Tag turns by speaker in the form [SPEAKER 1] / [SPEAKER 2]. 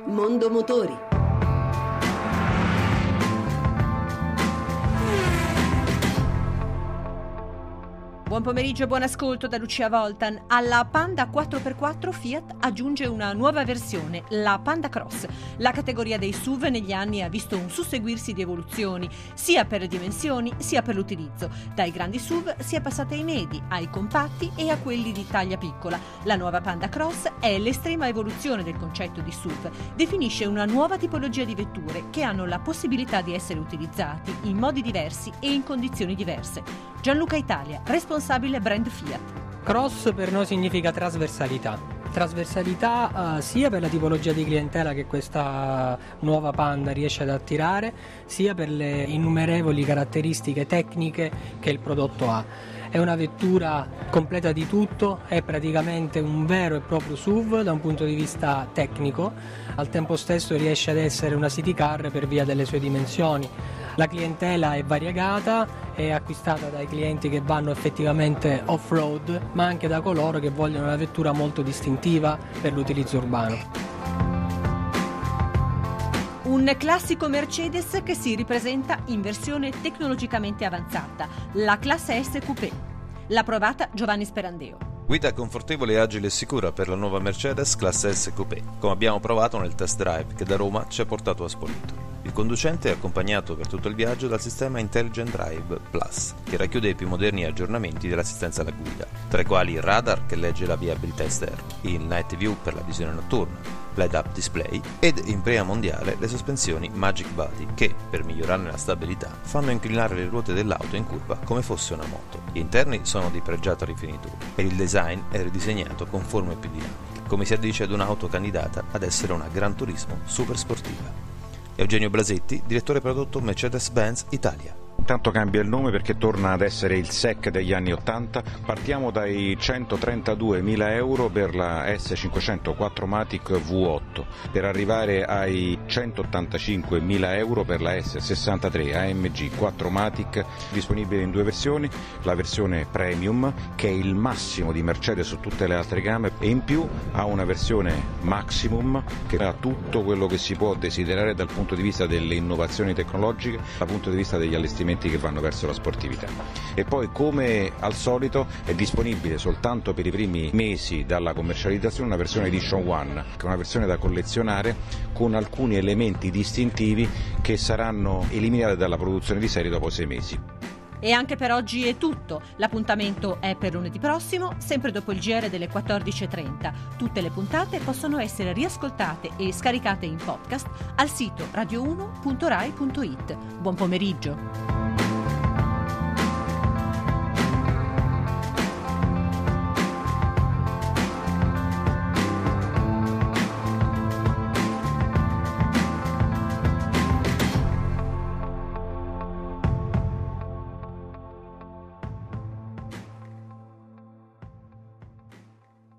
[SPEAKER 1] Mondo Motori.
[SPEAKER 2] Buon pomeriggio e buon ascolto da Lucia Voltan. Alla Panda 4x4 Fiat aggiunge una nuova versione, la Panda Cross. La categoria dei SUV negli anni ha visto un susseguirsi di evoluzioni, sia per le dimensioni sia per l'utilizzo. Dai grandi SUV si è passati ai medi, ai compatti e a quelli di taglia piccola. La nuova Panda Cross è l'estrema evoluzione del concetto di SUV. Definisce una nuova tipologia di vetture che hanno la possibilità di essere utilizzati in modi diversi e in condizioni diverse. Gianluca Italia, responsabile brand Fiat.
[SPEAKER 3] Cross per noi significa trasversalità sia per la tipologia di clientela che questa nuova Panda riesce ad attirare, sia per le innumerevoli caratteristiche tecniche che il prodotto ha. È una vettura completa di tutto, è praticamente un vero e proprio SUV da un punto di vista tecnico, al tempo stesso riesce ad essere una city car per via delle sue dimensioni. La clientela è variegata, è acquistata dai clienti che vanno effettivamente off-road, ma anche da coloro che vogliono una vettura molto distintiva per l'utilizzo urbano.
[SPEAKER 2] Un classico Mercedes che si ripresenta in versione tecnologicamente avanzata, la classe S Coupé. L'ha provata Giovanni Sperandeo.
[SPEAKER 4] Guida confortevole, agile e sicura per la nuova Mercedes classe S Coupé, come abbiamo provato nel test drive che da Roma ci ha portato a Spoleto. Il conducente è accompagnato per tutto il viaggio dal sistema Intelligent Drive Plus, che racchiude i più moderni aggiornamenti dell'assistenza alla guida, tra i quali il radar che legge la viabilità esterna, il Night View per la visione notturna, l'head-up display ed in prea mondiale le sospensioni Magic Body che, per migliorarne la stabilità, fanno inclinare le ruote dell'auto in curva come fosse una moto. Gli interni sono di pregiata rifinitura e il design è ridisegnato con forme più dinamiche, come si addice ad un'auto candidata ad essere una Gran Turismo super sportiva. Eugenio Blasetti, direttore prodotto Mercedes-Benz Italia.
[SPEAKER 5] Intanto cambia il nome perché torna ad essere il SEC degli anni 80. Partiamo dai 132.000 euro per la S500 4MATIC V8 per arrivare ai 185.000 euro per la S63 AMG 4MATIC, disponibile in due versioni, la versione Premium che è il massimo di Mercedes su tutte le altre gambe e in più ha una versione Maximum che ha tutto quello che si può desiderare dal punto di vista delle innovazioni tecnologiche, dal punto di vista degli allestimenti che vanno verso la sportività. E poi, come al solito, è disponibile soltanto per i primi mesi dalla commercializzazione una versione Edition One, che è una versione da collezionare con alcuni elementi distintivi che saranno eliminati dalla produzione di serie dopo 6 mesi.
[SPEAKER 2] E anche per oggi è tutto. L'appuntamento è per lunedì prossimo, sempre dopo il GR delle 14.30. Tutte le puntate possono essere riascoltate e scaricate in podcast al sito radio1.rai.it. Buon pomeriggio.